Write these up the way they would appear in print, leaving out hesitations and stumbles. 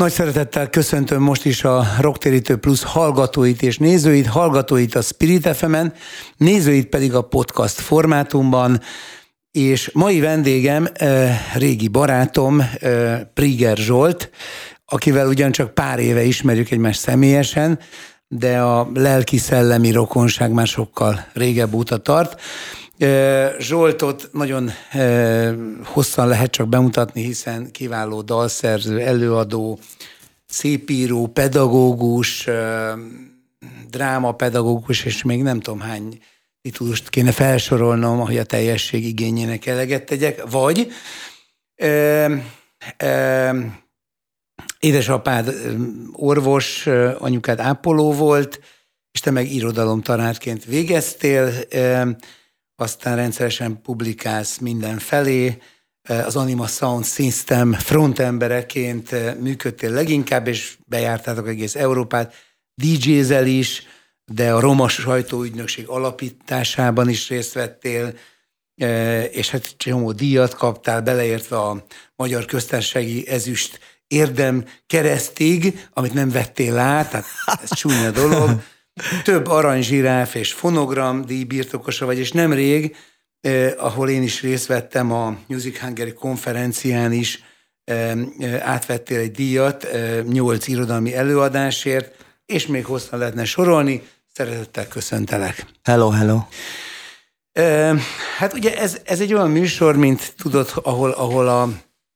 Nagy szeretettel köszöntöm most is a Rocktérítő Plus hallgatóit és nézőit, hallgatóit a Spirit FM-en, nézőit pedig a podcast formátumban, és mai vendégem, régi barátom, Priger Zsolt, akivel ugyancsak pár éve ismerjük egymást személyesen, de a lelki-szellemi rokonság már sokkal régebb óta tart. Zsoltot nagyon hosszan lehet csak bemutatni, hiszen kiváló dalszerző, előadó, szépíró, pedagógus, drámapedagógus, és még nem tudom hány titulust kéne felsorolnom, hogy a teljesség igényének eleget tegyek, vagy édesapád orvos, anyukád ápoló volt, és te meg irodalomtanárként végeztél, aztán rendszeresen publikálsz mindenfelé, az Anima Sound System frontembereként működtél leginkább, és bejártátok egész Európát, DJ-zel is, de a Roma Sajtóügynökség alapításában is részt vettél, és hát csomó díjat kaptál, beleértve a Magyar Köztársasági Ezüst érdem keresztig, amit nem vettél át, tehát ez csúnya dolog. Több aranyzsiráf és fonogram díj birtokosa vagy, és nemrég, ahol én is részt vettem a Music Hungary konferencián is, átvettél egy díjat 8 irodalmi előadásért, és még hosszan lehetne sorolni. Szeretettel köszöntelek. Hello, hello. Hát ugye ez egy olyan műsor, mint tudod, ahol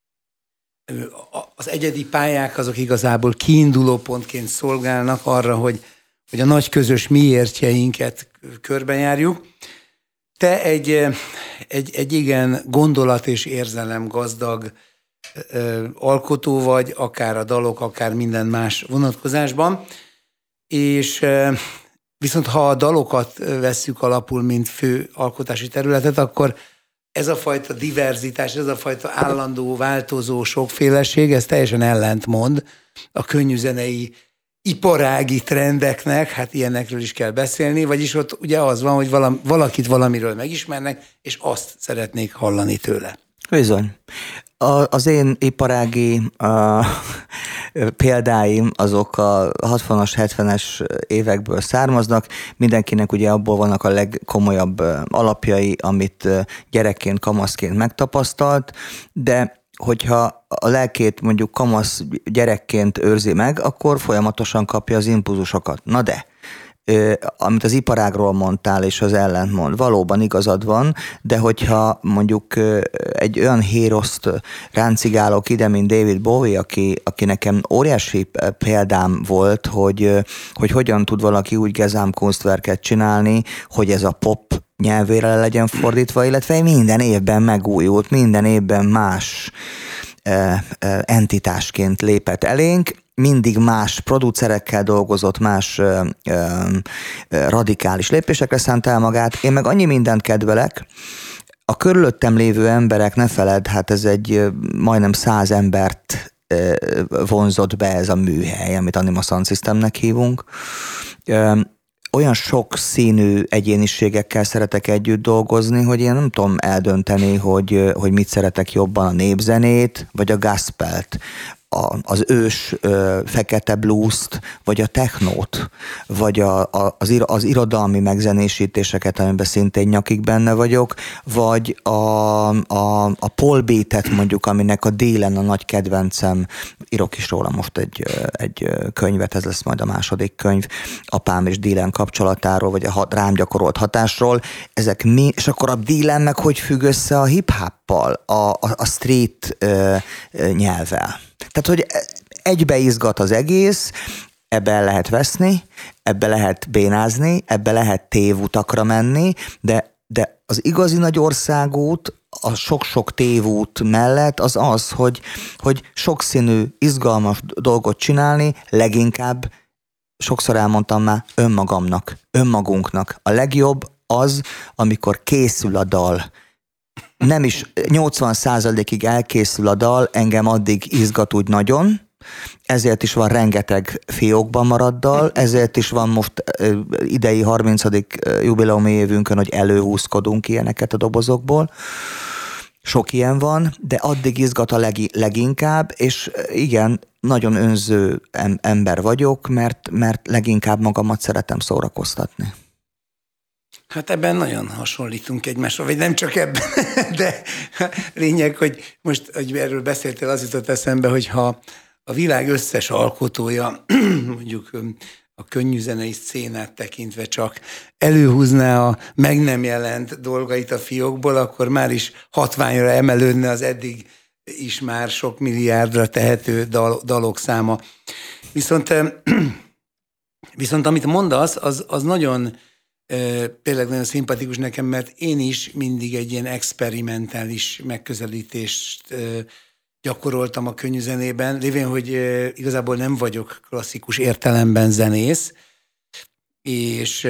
az egyedi pályák azok igazából kiinduló pontként szolgálnak arra, hogy a nagy közös miértjeinket körbejárjuk. Te egy igen gondolat és érzelem gazdag alkotó vagy, akár a dalok, akár minden más vonatkozásban, és viszont ha a dalokat vesszük alapul, mint fő alkotási területet, akkor ez a fajta diverzitás, ez a fajta állandó, változó sokféleség, ez teljesen ellentmond a könnyűzenei iparági trendeknek, hát ilyenekről is kell beszélni, vagyis ott ugye az van, hogy valakit valamiről megismernek, és azt szeretnék hallani tőle. Bizony. Az én iparági példáim azok a 60-as, 70-es évekből származnak. Mindenkinek ugye abból vannak a legkomolyabb alapjai, amit gyerekként, kamaszként megtapasztalt, de hogyha a lelkét mondjuk kamasz gyerekként őrzi meg, akkor folyamatosan kapja az impulzusokat. Na de, amit az iparágról mondtál, és az ellentmond, valóban igazad van, de hogyha mondjuk egy olyan híroszt ráncigálok ide, mint David Bowie, aki nekem óriási példám volt, hogy hogyan tud valaki úgy Gesamtkunstwerket csinálni, hogy ez a pop nyelvére legyen fordítva, illetve minden évben megújult, minden évben más entitásként lépett elénk, mindig más producerekkel dolgozott, más radikális lépésekre szánta el magát. Én meg annyi mindent kedvelek, a körülöttem lévő emberek, ne feledd, hát ez egy majdnem 100 embert vonzott be ez a műhely, amit Anima Sound Systemnek hívunk. Olyan sok színű egyéniségekkel szeretek együtt dolgozni, hogy én nem tudom eldönteni, hogy mit szeretek jobban, a népzenét, vagy a gospelt, az ős fekete blues-t, vagy a technót, vagy az irodalmi megzenésítéseket, amiben szintén nyakig benne vagyok, vagy a Paul Beat-et mondjuk, aminek a Dylan a nagy kedvencem. Írok is róla most egy könyvet, ez lesz majd a második könyv, apám és Dylan kapcsolatáról, vagy a rám gyakorolt hatásról. Ezek mi, és akkor a Dylan meg hogy függ össze a hip-hoppal, a street nyelvvel. Tehát, hogy egybe izgat az egész, ebbe el lehet veszni, ebbe lehet bénázni, ebbe lehet tévutakra menni, de az igazi nagy országút a sok-sok tévút mellett az, hogy sokszínű, izgalmas dolgot csinálni, leginkább, sokszor elmondtam már, önmagunknak. A legjobb az, amikor készül a dal. Nem is 80%-ig elkészül a dal, engem addig izgat úgy nagyon, ezért is van rengeteg fiókban maradt dal, ezért is van most idei 30. jubileumi évünkön, hogy előhúzkodunk ilyeneket a dobozokból. Sok ilyen van, de addig izgat a leginkább, és igen, nagyon önző ember vagyok, mert leginkább magamat szeretem szórakoztatni. Hát ebben nagyon hasonlítunk egymásra, vagy nem csak ebben, de lényeg, hogy most, hogy erről beszéltél, az jutott eszembe, hogy ha a világ összes alkotója, mondjuk a könnyűzenei szcénát tekintve csak előhúzná a meg nem jelent dolgait a fiókból, akkor már is hatványra emelődne az eddig is már sok milliárdra tehető dalok száma. Viszont amit mondasz, az nagyon tényleg nagyon szimpatikus nekem, mert én is mindig egy ilyen experimentális megközelítést gyakoroltam a könnyűzenében, lévén, hogy igazából nem vagyok klasszikus értelemben zenész, és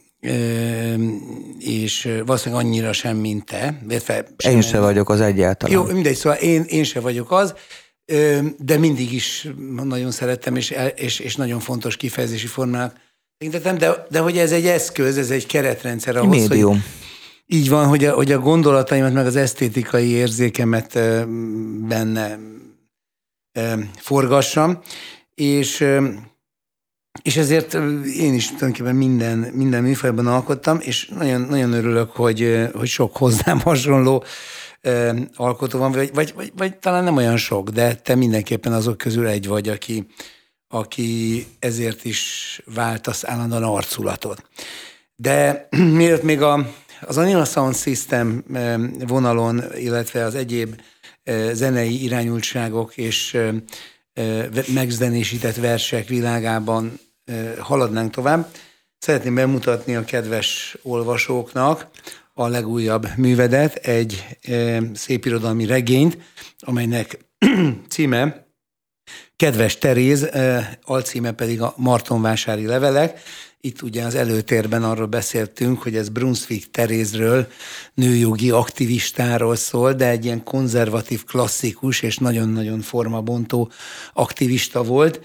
valószínűleg annyira sem, mint te. Én se vagyok az egyáltalán. Jó, mindegy, szóval én se vagyok az, de mindig is nagyon szerettem, és nagyon fontos kifejezési formának tekintettem, de hogy ez egy eszköz, ez egy keretrendszer ahhoz, médium. Hogy így van, hogy a gondolataimat, meg az esztétikai érzékemet benne forgassam, és ezért én is tulajdonképpen minden műfajban alkottam, és nagyon, nagyon örülök, hogy sok hozzám hasonló alkotó van, vagy talán nem olyan sok, de te mindenképpen azok közül egy vagy, aki ezért is váltasz állandóan arculatot. De mielőtt még az Anima Sound System vonalon, illetve az egyéb zenei irányultságok és megzenésített versek világában haladnánk tovább, szeretném bemutatni a kedves olvasóknak a legújabb művedet, egy szépirodalmi regényt, amelynek címe Kedves Teréz, alcíme pedig a Martonvásári levelek. Itt ugye az előtérben arról beszéltünk, hogy ez Brunswick Terézről, nőjogi aktivistáról szól, de egy ilyen konzervatív, klasszikus és nagyon-nagyon formabontó aktivista volt,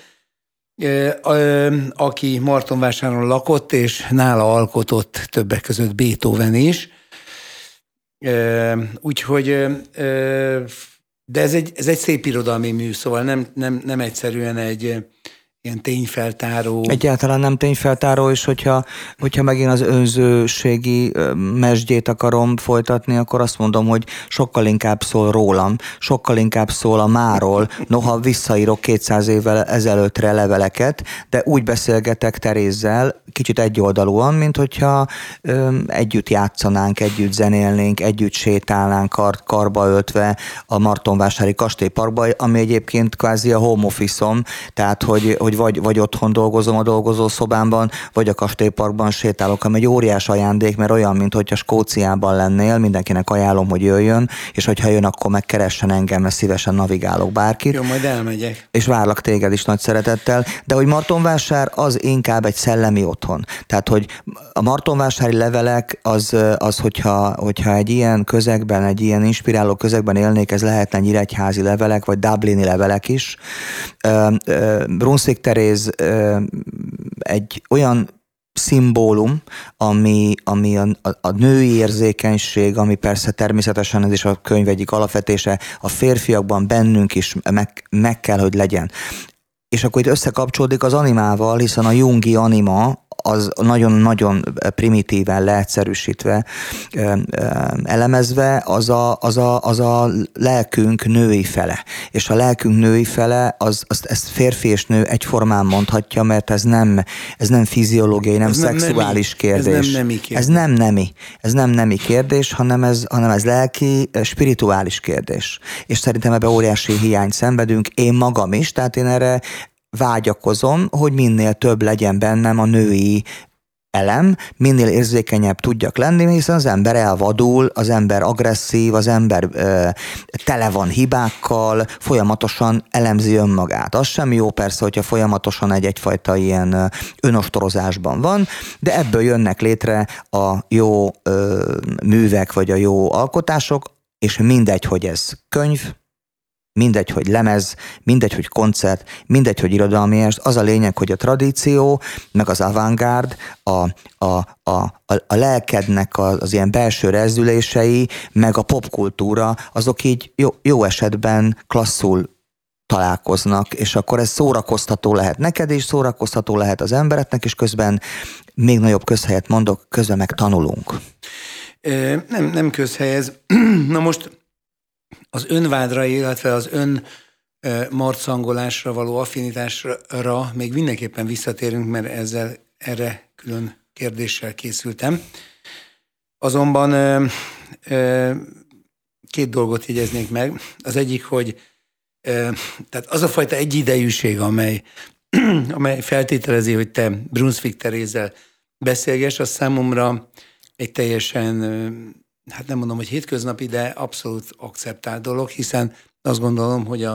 aki Martonvásáron lakott, és nála alkotott többek között Beethoven is. Úgyhogy de ez egy szép irodalmi mű, szóval nem egyszerűen egy ilyen tényfeltáró. Egyáltalán nem tényfeltáró, és hogyha megint az önzőségi mesdjét akarom folytatni, akkor azt mondom, hogy sokkal inkább szól rólam, sokkal inkább szól a máról, noha visszaírok 200 évvel ezelőttre leveleket, de úgy beszélgetek Terézzel, kicsit egyoldalúan, mint hogyha együtt játszanánk, együtt zenélnénk, együtt sétálnánk karba öltve a Martonvásári kastélyparkba, ami egyébként kvázi a home office-om, tehát hogy vagy otthon dolgozom a dolgozószobámban, vagy a kastélyparkban sétálok, ami egy óriás ajándék, mert olyan, mint hogyha Skóciában lennél, mindenkinek ajánlom, hogy jöjjön, és hogyha jön, akkor megkeressen engem, mert szívesen navigálok bárkit. Jó, majd elmegyek. És várlak téged is nagy szeretettel, de hogy Martonvásár az inkább egy szellemi otthon. Tehát, hogy a martonvásári levelek az hogyha egy ilyen közegben, egy ilyen inspiráló közegben élnék, ez lehetne nyíregyházi levelek, vagy dublini levelek is. Brunswick Teréz egy olyan szimbólum, ami a női érzékenység, ami persze természetesen ez is a könyv egyik alapvetése, a férfiakban bennünk is meg kell, hogy legyen. És akkor itt összekapcsolódik az animával, hiszen a jungi anima az nagyon-nagyon primitíven leegyszerűsítve, elemezve, az a lelkünk női fele. És a lelkünk női fele, ezt férfi és nő egyformán mondhatja, mert ez nem fiziológiai, nem szexuális kérdés. Ez nem nemi kérdés. Ez nem nemi kérdés, hanem ez lelki, spirituális kérdés. És szerintem ebben óriási hiányt szenvedünk, én magam is, tehát én erre vágyakozom, hogy minél több legyen bennem a női elem, minél érzékenyebb tudjak lenni, hiszen az ember elvadul, az ember agresszív, az ember tele van hibákkal, folyamatosan elemzi önmagát. Az sem jó persze, hogyha folyamatosan egyfajta ilyen önostorozásban van, de ebből jönnek létre a jó művek, vagy a jó alkotások, és mindegy, hogy ez könyv, mindegy, hogy lemez, mindegy, hogy koncert, mindegy, hogy irodalmi est, az a lényeg, hogy a tradíció, meg az avantgárd, a lelkednek az ilyen belső rezdülései, meg a popkultúra, azok így jó esetben klasszul találkoznak, és akkor ez szórakoztató lehet neked is, szórakoztató lehet az embereknek, és közben még nagyobb közhelyet mondok, közben meg tanulunk. Nem közhelyez. Na most az önvádra, illetve az marcangolásra való affinitásra még mindenképpen visszatérünk, mert erre külön kérdéssel készültem. Azonban két dolgot jegyeznék meg. Az egyik, hogy tehát az a fajta egyidejűség, amely feltételezi, hogy te Brunswick Terézzel beszélgess, az számomra egy teljesen, hát nem mondom, hogy hétköznapi, de abszolút akceptált dolog, hiszen azt gondolom, hogy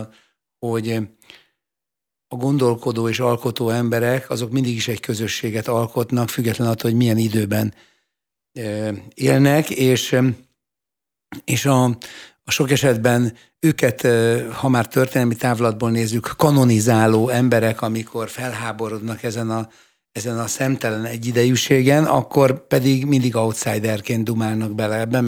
a gondolkodó és alkotó emberek, azok mindig is egy közösséget alkotnak, függetlenül attól, hogy milyen időben élnek, és a sok esetben őket, ha már történelmi távlatból nézzük, kanonizáló emberek, amikor felháborodnak ezen a szemtelen egyidejűségen, akkor pedig mindig outsiderként dumálnak bele ebbe,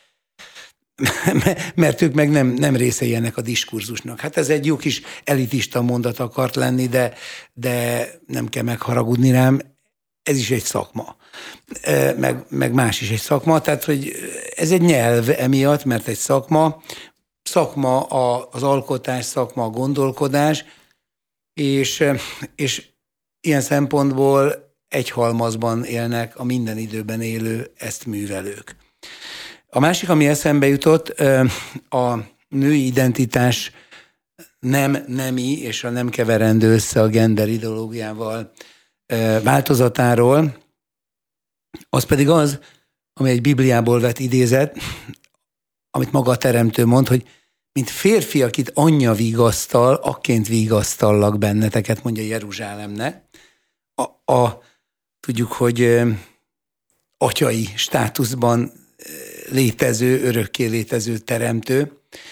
mert ők meg nem részei ennek a diskurzusnak. Hát ez egy jó kis elitista mondat akart lenni, de nem kell megharagudni rám, ez is egy szakma. Meg más is egy szakma, tehát hogy ez egy nyelv emiatt, mert egy szakma az alkotás, szakma a gondolkodás, és ilyen szempontból egy halmazban élnek a minden időben élő ezt művelők. A másik, ami eszembe jutott, a női identitás nemi és a nem keverendő össze a gender ideológiával változatáról, az pedig az, ami egy Bibliából vett idézet, amit maga a teremtő mond, hogy mint férfi, akit anyja vigasztal, akként vigasztallak benneteket, mondja Jeruzsálemnek. Tudjuk, hogy atyai státuszban létező, örökké létező teremtő.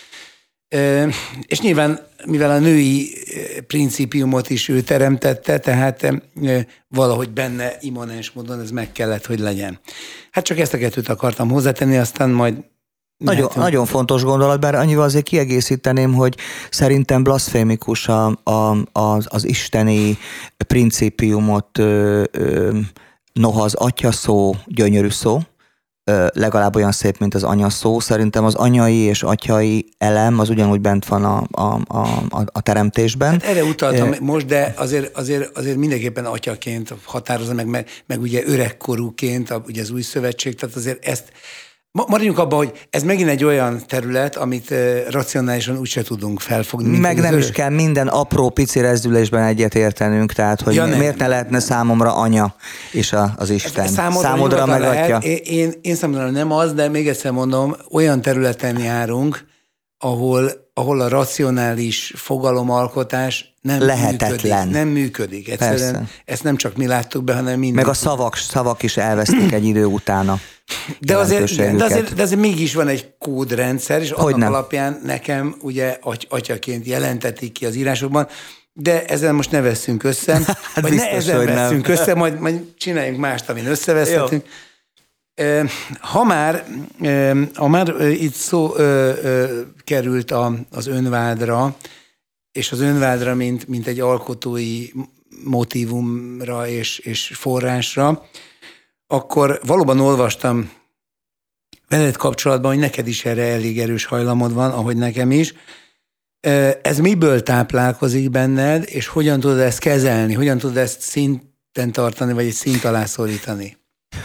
És nyilván, mivel a női principiumot is ő teremtette, tehát valahogy benne immanens módon ez meg kellett, hogy legyen. Hát csak ezt a kettőt akartam hozzátenni, aztán majd... Nagyon fontos gondolat, bár annyival azért kiegészíteném, hogy szerintem blaszfémikus az isteni principiumot, noha az atya szó gyönyörű szó, legalább olyan szép, mint az anya szó. Szerintem az anyai és atyai elem az ugyanúgy bent van a teremtésben. Hát erre utaltam most, de azért mindenképpen atyaként határozza meg ugye öregkorúként, ugye az új szövetség, tehát azért ezt maradjunk abban, hogy ez megint egy olyan terület, amit racionálisan úgyse tudunk felfogni. Meg nem is kell minden apró pici rezdülésben egyet értenünk, tehát hogy miért ne lehetne számomra anya és az Isten. Számodra meg atya. Én számomra nem az, de még egyszer mondom, olyan területen járunk, ahol a racionális fogalomalkotás nem működik. Egyszerűen persze. Ezt nem csak mi láttuk be, hanem minden. Meg a szavak is elvesztik egy idő utána. De azért mégis van egy kódrendszer, és annak alapján nekem ugye atyaként jelentetik ki az írásokban, de ezzel most ne vesszünk össze, hát vagy ne ezzel veszünk össze, majd csináljunk mást, amin összeveszhetünk. Ha már itt szó került az önvádra, és az önvádra, mint egy alkotói motívumra és forrásra, akkor valóban olvastam veled kapcsolatban, hogy neked is erre elég erős hajlamod van, ahogy nekem is. Ez miből táplálkozik benned, és hogyan tudod ezt kezelni, hogyan tudod ezt szinten tartani, vagy egy szint alá szorítani?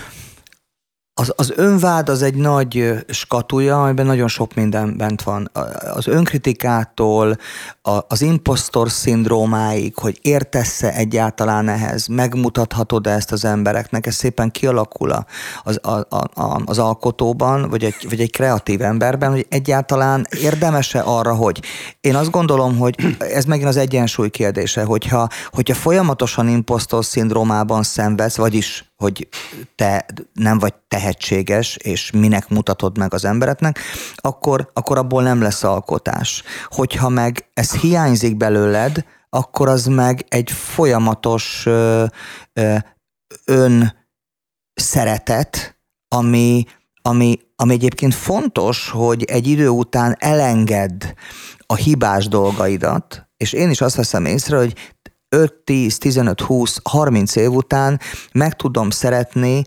Az önvád az egy nagy skatulya, amiben nagyon sok minden bent van. Az önkritikától, az impostor szindrómáig, hogy értesz-e egyáltalán ehhez, megmutathatod ezt az embereknek, ez szépen kialakul az alkotóban, vagy egy kreatív emberben, hogy egyáltalán érdemes-e arra, hogy én azt gondolom, hogy ez megint az egyensúly kérdése, hogyha folyamatosan impostor szindrómában szenvedsz, vagyis hogy te nem vagy tehetséges, és minek mutatod meg az embereknek, akkor abból nem lesz alkotás. Hogyha meg ez hiányzik belőled, akkor az meg egy folyamatos önszeretet, ami egyébként fontos, hogy egy idő után elengedd a hibás dolgaidat, És én is azt veszem észre, hogy 5, 10, 15, 20, 30 év után meg tudom szeretni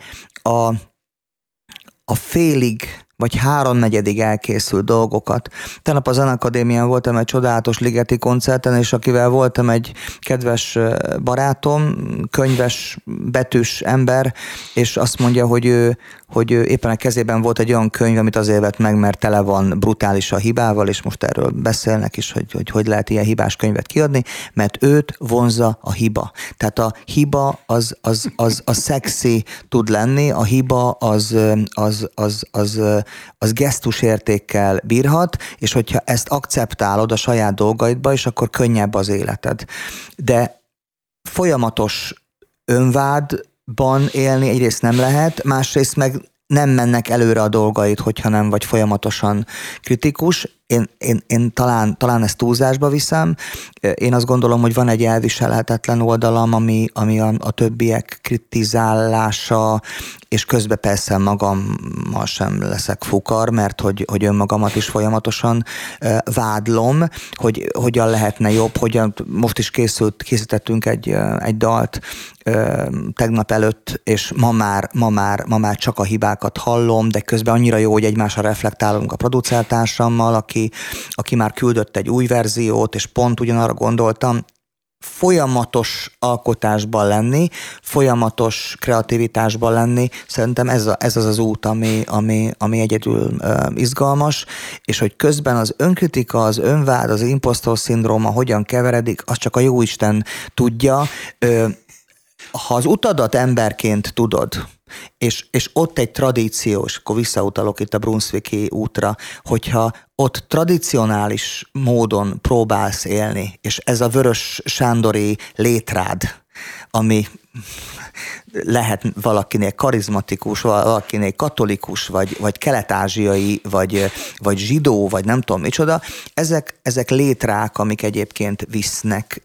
a félig vagy háromnegyedig elkészült dolgokat. Tegnap a Zenakadémián voltam egy csodálatos Ligeti koncerten, és akivel voltam egy kedves barátom, könyves, betűs ember, és azt mondja, hogy ő éppen a kezében volt egy olyan könyv, amit azért vett meg, mert tele van brutális a hibával, és most erről beszélnek is, hogy lehet ilyen hibás könyvet kiadni, mert őt vonzza a hiba. Tehát a hiba az szexi tud lenni, a hiba az gesztusértékkel bírhat, és hogyha ezt akceptálod a saját dolgaidba, és akkor könnyebb az életed. De folyamatos önvádban élni egyrészt nem lehet, másrészt meg nem mennek előre a dolgaid, hogyha nem vagy folyamatosan kritikus. Én talán ezt túlzásba viszem. Én azt gondolom, hogy van egy elviselhetetlen oldalam, ami a többiek kritizálása, és közben persze magammal sem leszek fukar, mert hogy önmagamat is folyamatosan vádlom, hogy hogyan lehetne jobb, most is készítettünk egy dalt tegnap előtt, és ma már csak a hibákat hallom, de közben annyira jó, hogy egymásra reflektálunk a producertársammal, aki már küldött egy új verziót, és pont ugyanarra gondoltam, folyamatos alkotásban lenni, folyamatos kreativitásban lenni, szerintem ez az út, ami egyedül izgalmas, és hogy közben az önkritika, az önvád, az impostor szindróma hogyan keveredik, azt csak a jóisten tudja. Ha az utadat emberként tudod, és ott egy tradíció, és akkor visszautalok itt a Brunswicki útra, hogyha ott tradicionális módon próbálsz élni, és ez a Vörös Sándori létrád, ami lehet valakinél karizmatikus, valakinél katolikus, vagy kelet-ázsiai, vagy zsidó, vagy nem tudom micsoda, ezek létrák, amik egyébként visznek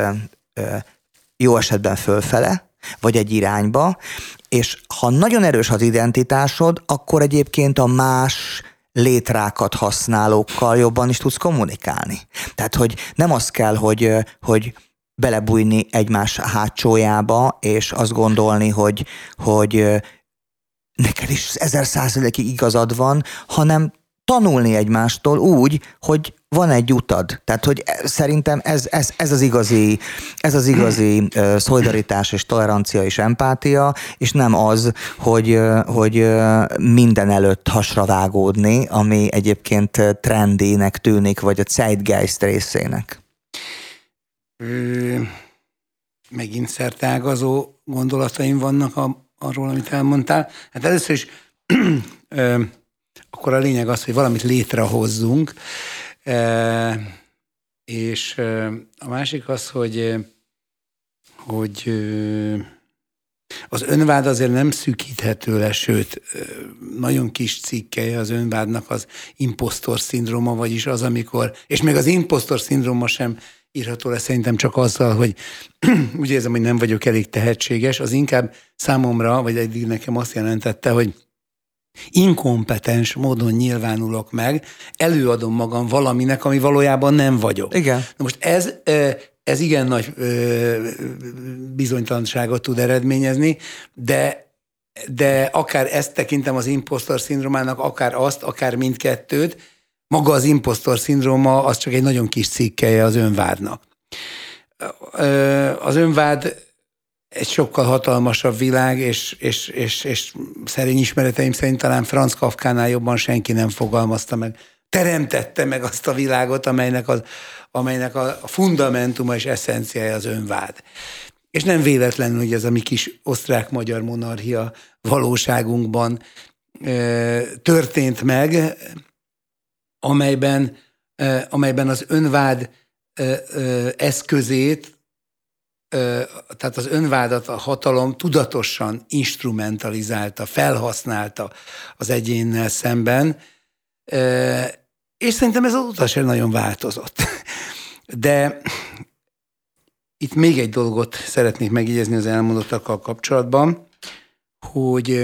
jó esetben fölfele, vagy egy irányba, és ha nagyon erős az identitásod, akkor egyébként a más létrákat használókkal jobban is tudsz kommunikálni. Tehát, hogy nem az kell, hogy belebújni egymás hátsójába, és azt gondolni, hogy neked is 1000%-ig igazad van, hanem tanulni egymástól úgy, hogy van egy utad. Tehát, hogy szerintem ez az igazi szolidaritás és tolerancia és empátia, és nem az, hogy minden előtt hasra vágódni, ami egyébként trendének tűnik, vagy a zeitgeist részének. Megint szerteágazó gondolataim vannak arról, amit elmondtál. Hát először is akkor a lényeg az, hogy valamit létrehozzunk, és a másik az, hogy az önvád azért nem szűkíthető le, sőt, nagyon kis cikkelje az önvádnak az impostor szindróma, vagyis az, amikor, és még az impostor szindróma sem írható le szerintem csak azzal, hogy úgy érzem, hogy nem vagyok elég tehetséges, az inkább számomra, vagy eddig nekem azt jelentette, hogy inkompetens módon nyilvánulok meg, előadom magam valaminek, ami valójában nem vagyok. Igen. Na most ez igen nagy bizonytalanságot tud eredményezni, de akár ezt tekintem az impostor szindrómának, akár azt, akár mindkettőt, maga az impostor szindróma az csak egy nagyon kis cikkelje az önvádnak. Az önvád egy sokkal hatalmasabb világ, és szerény ismereteim szerint talán Franz Kafkánál jobban senki nem fogalmazta meg. Teremtette meg azt a világot, amelynek a fundamentuma és eszenciája az önvád. És nem véletlenül, hogy ez a mi kis osztrák-magyar monarchia valóságunkban történt meg, amelyben az önvád eszközét, tehát az önvádat a hatalom tudatosan instrumentalizálta, felhasználta az egyénnel szemben, és szerintem ez azóta sem nagyon változott. De itt még egy dolgot szeretnék megjegyezni az elmondottakkal kapcsolatban, hogy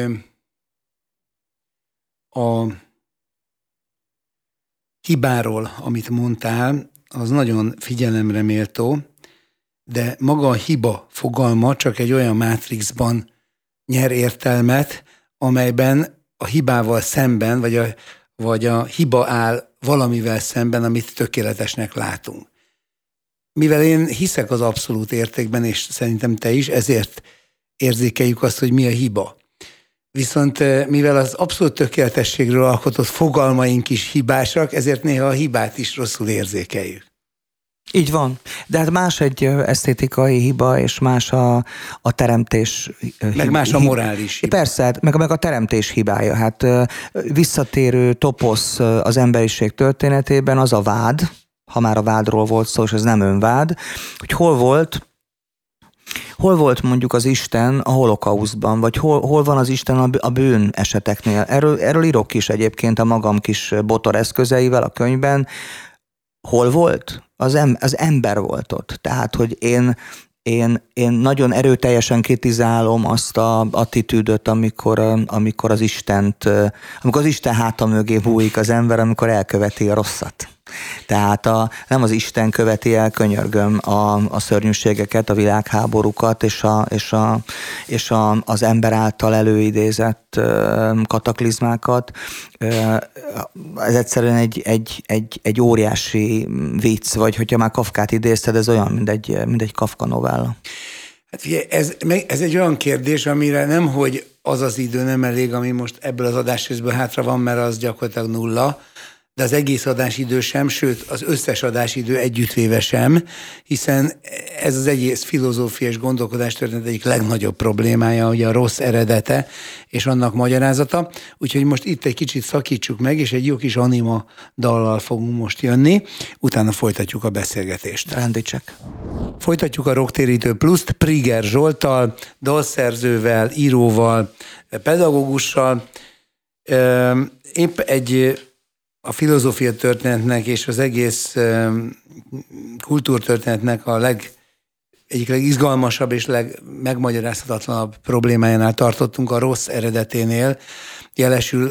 a hibáról, amit mondtál, az nagyon figyelemre méltó, de maga a hiba fogalma csak egy olyan mátrixban nyer értelmet, amelyben a hibával szemben, vagy a hiba áll valamivel szemben, amit tökéletesnek látunk. Mivel én hiszek az abszolút értékben, és szerintem te is, ezért érzékeljük azt, hogy mi a hiba. Viszont mivel az abszolút tökéletességről alkotott fogalmaink is hibásak, ezért néha a hibát is rosszul érzékeljük. Így van. De hát más egy esztétikai hiba, és más a teremtés meg más a morális hiba. Persze, hát meg a teremtés hibája. Hát visszatérő toposz az emberiség történetében az a vád, ha már a vádról volt szó, és ez nem önvád, hogy hol volt mondjuk az Isten a holokausztban, vagy hol van az Isten a bűn eseteknél. Erről írok is egyébként a magam kis botor eszközeivel a könyvben. Hol volt? Az ember volt ott. Tehát, hogy én nagyon erőteljesen kritizálom azt az attitűdöt, amikor az Isten háta mögé bújik az ember, amikor elköveti a rosszat. Tehát nem az Isten követi el, könyörgöm, a szörnyűségeket, a világháborúkat és az ember által előidézett kataklizmákat. Ez egyszerűen egy óriási vicc, vagy hogyha már Kafkát idézted, ez olyan, mint egy Kafka novella. Hát figyelj, ez egy olyan kérdés, amire nem, hogy az idő nem elég, ami most ebből az adásrészből hátra van, mert az gyakorlatilag nulla, de az egész adásidő sem, sőt az összes adásidő együttvéve sem, hiszen ez az egész filozófia és gondolkodás történet egyik legnagyobb problémája, ugye a rossz eredete és annak magyarázata. Úgyhogy most itt egy kicsit szakítsuk meg, és egy jó kis anima dallal fogunk most jönni, utána folytatjuk a beszélgetést. Rendítsek. Folytatjuk a Rocktérítő Pluszt Priger Zsolttal, dalszerzővel, íróval, pedagógussal. Épp a filozófia történetnek és az egész kultúrtörténetnek egyik legizgalmasabb és legmegmagyarázhatatlanabb problémájánál tartottunk, a rossz eredeténél. Jelesül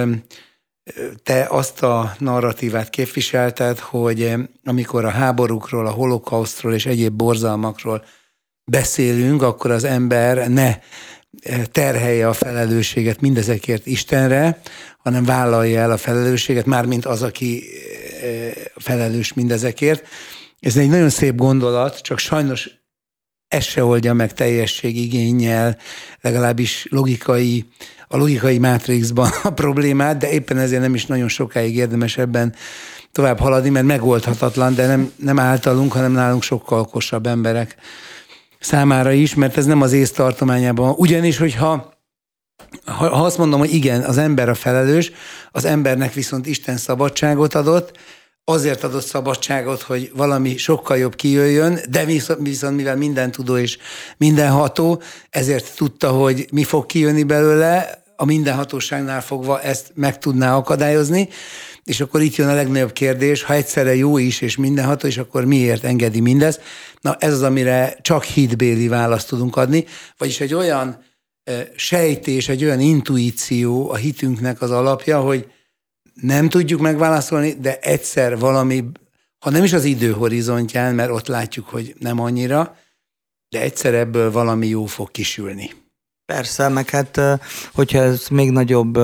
te azt a narratívát képviselted, hogy amikor a háborúkról, a holokausztról és egyéb borzalmakról beszélünk, akkor az ember ne terhelje a felelősséget mindezekért Istenre, hanem vállalja el a felelősséget, mármint az, aki felelős mindezekért. Ez egy nagyon szép gondolat, csak sajnos ez se oldja meg teljességigénnyel, legalábbis a logikai mátrixban a problémát, de éppen ezért nem is nagyon sokáig érdemes ebben tovább haladni, mert megoldhatatlan, de nem általunk, hanem nálunk sokkal okosabb emberek számára is, mert ez nem az ész tartományában. Ugyanis, hogyha azt mondom, hogy igen, az ember a felelős, az embernek viszont Isten szabadságot adott, azért adott szabadságot, hogy valami sokkal jobb kijöjjön, de viszont mivel mindentudó és mindenható, ezért tudta, hogy mi fog kijönni belőle, a mindenhatóságnál fogva ezt meg tudná akadályozni, és akkor itt jön a legnagyobb kérdés, ha egyszerre jó is és mindenható, és akkor miért engedi mindezt? Na ez az, amire csak hitbéli választ tudunk adni, vagyis egy olyan sejtés, egy olyan intuíció a hitünknek az alapja, hogy nem tudjuk megválaszolni, de egyszer valami, ha nem is az időhorizontján, mert ott látjuk, hogy nem annyira, de egyszer ebből valami jó fog kisülni. Persze, meg hát, hogyha ezt még nagyobb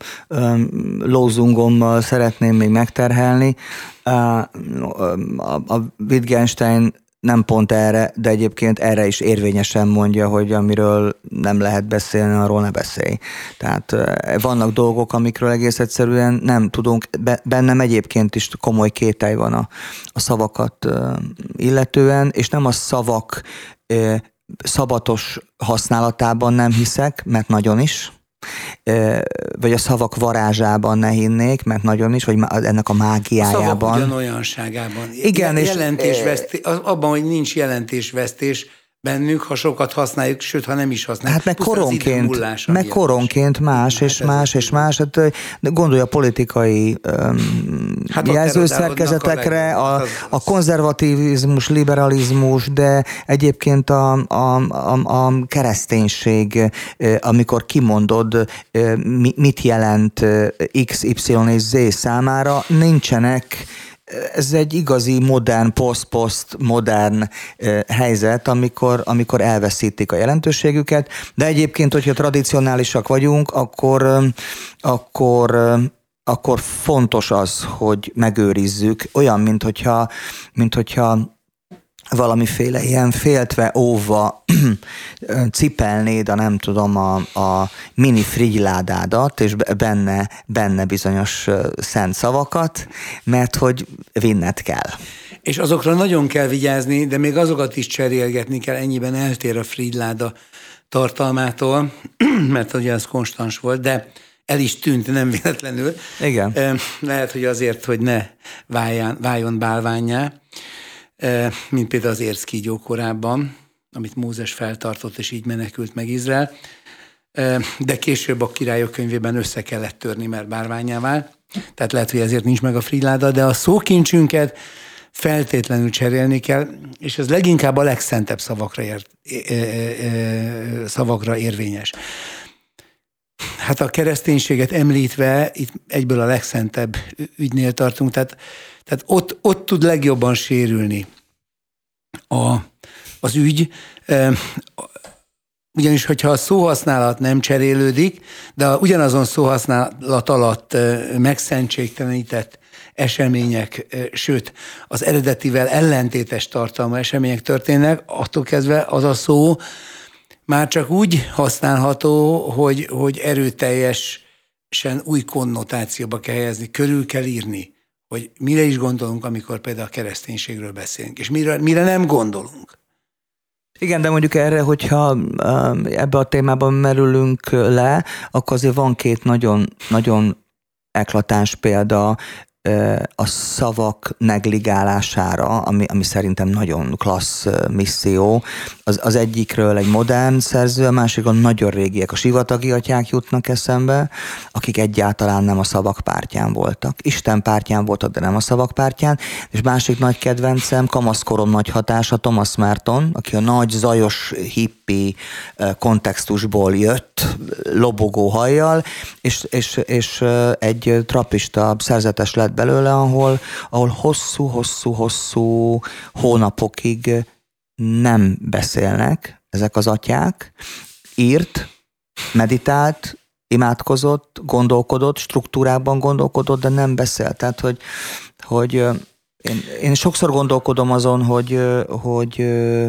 lózungommal szeretném még megterhelni, a Wittgenstein nem pont erre, de egyébként erre is érvényesen mondja, hogy amiről nem lehet beszélni, arról ne beszélj. Tehát vannak dolgok, amikről egész egyszerűen nem tudunk, bennem egyébként is komoly kételj van a szavakat illetően, és nem a szavak szabatos használatában nem hiszek, mert nagyon is, vagy a szavak varázsában ne hinnék, mert nagyon is, vagy ennek a mágiájában. A szavak ugyanolyanságában. Igen, abban, hogy nincs jelentésvesztés bennük, ha sokat használjuk, sőt, ha nem is használjuk. Hát meg koronként más és más és más. Hát gondolj a politikai jelzőszerkezetekre, a konzervativizmus, liberalizmus, de egyébként a kereszténység, amikor kimondod, mit jelent X, Y és Z számára, nincsenek ez egy igazi modern, poszt modern helyzet, amikor elveszítik a jelentőségüket, de egyébként, hogyha tradicionálisak vagyunk, akkor fontos az, hogy megőrizzük, olyan, mint hogyha valamiféle ilyen féltve, óvva cipelnéd nem tudom, a mini frigyládádat, és benne bizonyos szent szavakat, mert hogy vinned kell. És azokra nagyon kell vigyázni, de még azokat is cserélgetni kell, ennyiben eltér a frigyláda tartalmától, mert ugye az konstans volt, de el is tűnt, nem véletlenül. Igen. Lehet, hogy azért, hogy ne váljon bálvánnyá, mint például az érszkígyó korábban, amit Mózes feltartott, és így menekült meg Izrael. De később a Királyok könyvében össze kellett törni, mert bálvánnyá vált. Tehát lehet, hogy ezért nincs meg a frigyláda, de a szókincsünket feltétlenül cserélni kell, és ez leginkább a legszentebb szavakra érvényes. Hát a kereszténységet említve, itt egyből a legszentebb ügynél tartunk, tehát ott tud legjobban sérülni az ügy, ugyanis, hogyha a szóhasználat nem cserélődik, de ugyanazon szóhasználat alatt megszentségtelenített események, sőt, az eredetivel ellentétes tartalmú események történnek, attól kezdve az a szó már csak úgy használható, hogy erőteljesen új konnotációba kell helyezni, körül kell írni, hogy mire is gondolunk, amikor például a kereszténységről beszélünk, és mire nem gondolunk. Igen, de mondjuk erre, hogyha ebbe a témában merülünk le, akkor azért van két nagyon, nagyon eklatáns példa a szavak negligálására, ami szerintem nagyon klassz misszió. Az egyikről egy modern szerző, a másikon nagyon régiek. A sivatagi atyák jutnak eszembe, akik egyáltalán nem a szavak pártján voltak. Isten pártján voltak, de nem a szavak pártján. És másik nagy kedvencem, kamaszkorom nagy hatása, Thomas Merton, aki a nagy zajos hippi kontextusból jött, lobogó hajjal, és egy trapista szerzetes lett belőle, ahol hosszú hónapokig nem beszélnek ezek az atyák, írt, meditált, imádkozott, gondolkodott, struktúrában gondolkodott, de nem beszélt. Tehát, hogy én sokszor gondolkodom azon, hogy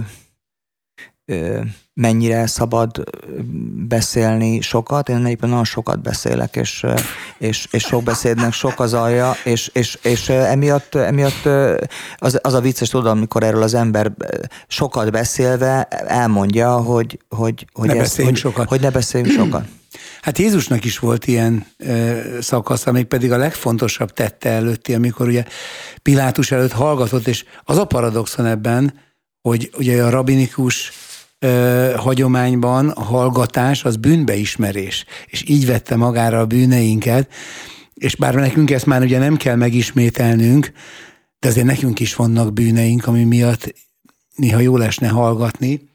mennyire szabad beszélni sokat. Én egyébként nagyon sokat beszélek, és sok beszédnek sok az alja, és emiatt az a vicces, tudom, amikor erről az ember sokat beszélve elmondja, hogy ne beszéljünk sokat. Hát Jézusnak is volt ilyen szakasz, amíg pedig a legfontosabb tette előtti, amikor ugye Pilátus előtt hallgatott, és az a paradoxon ebben, hogy ugye a rabinikus hagyományban a hallgatás az bűnbeismerés, és így vette magára a bűneinket, és bár nekünk ezt már ugye nem kell megismételnünk, de azért nekünk is vannak bűneink, ami miatt néha jól esne hallgatni.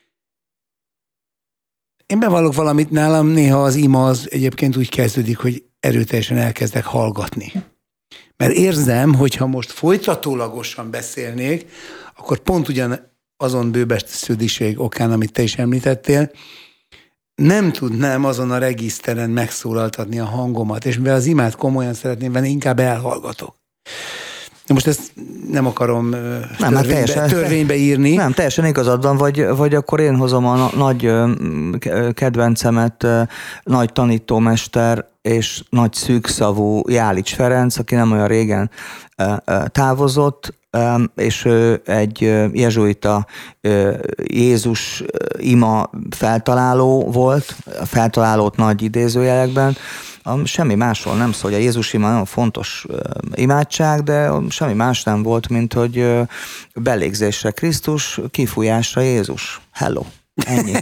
Én bevallok valamit, nálam néha az ima az egyébként úgy kezdődik, hogy erőteljesen elkezdek hallgatni. Mert érzem, hogy ha most folytatólagosan beszélnék, akkor pont ugyan azon bőbeszédiség okán, amit te is említettél, nem tudnám azon a regiszteren megszólaltatni a hangomat, és mivel az imát komolyan szeretném venni, inkább elhallgatok. Most ezt nem akarom törvénybe írni. Nem, teljesen igazad van, vagy akkor én hozom a nagy kedvencemet, nagy tanítómester és nagy szűkszavú Jálics Ferenc, aki nem olyan régen távozott, és egy jezsuita Jézus ima feltaláló volt, feltalálót nagy idézőjelekben. Semmi másról nem szól, hogy a Jézus ima nagyon fontos imádság, de semmi más nem volt, mint hogy belégzésre Krisztus, kifújásra Jézus. Hello. Ennyi.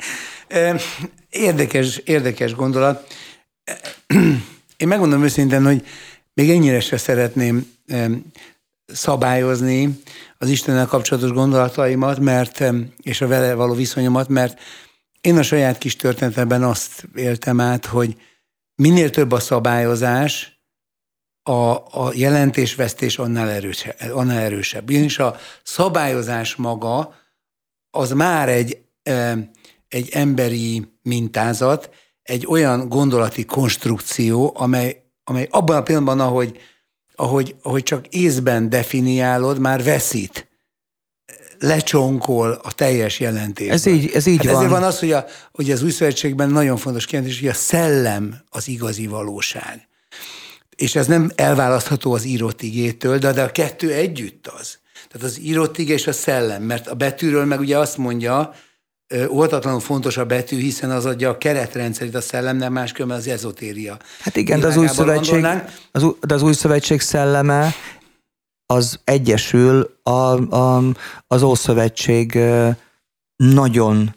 Érdekes gondolat. Én megmondom őszintén, hogy még ennyire se szeretném szabályozni az Istennel kapcsolatos gondolataimat, és a vele való viszonyomat, mert én a saját kis történetemben azt éltem át, hogy minél több a szabályozás, a jelentésvesztés annál erősebb. Ugyanis a szabályozás maga az már egy emberi mintázat, egy olyan gondolati konstrukció, amely abban a pillanatban, ahogy csak észben definiálod, már veszít. Lecsonkol a teljes jelentésben. Ez így van. Ezért van az, hogy az Új Szövetségben nagyon fontos kérdés, hogy a szellem az igazi valóság. És ez nem elválasztható az írott igétől, de a kettő együtt az. Tehát az írott ige és a szellem, mert a betűről meg ugye azt mondja, oltatlanul fontos a betű, hiszen az adja a keretrendszerét a szellemnek, máskülönben az ezotéria. Hát igen, de az Új Szövetség szelleme az egyesül az Ószövetség nagyon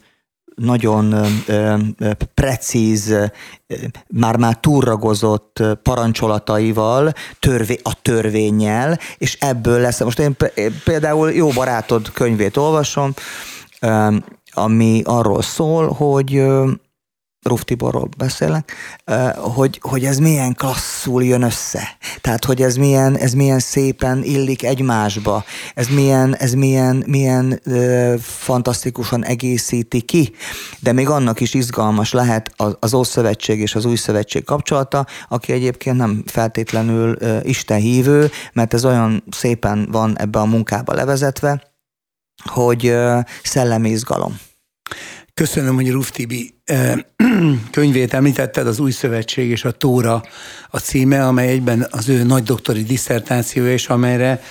precíz, már túlragozott parancsolataival, a törvénnyel, és ebből lesz. Most én például Jó barátod könyvét olvasom, ami arról szól, hogy Ruf Tiborról beszélek, hogy ez milyen klasszul jön össze. Tehát, hogy ez milyen szépen illik egymásba. Ez milyen fantasztikusan egészíti ki. De még annak is izgalmas lehet az Ószövetség és az Új Szövetség kapcsolata, aki egyébként nem feltétlenül istenhívő, mert ez olyan szépen van ebbe a munkába levezetve, hogy szellemi izgalom. Köszönöm, hogy Ruf Tibi könyvét említetted, az Új Szövetség és a Tóra a címe, amely egyben az ő nagy doktori disszertációja, és amelyre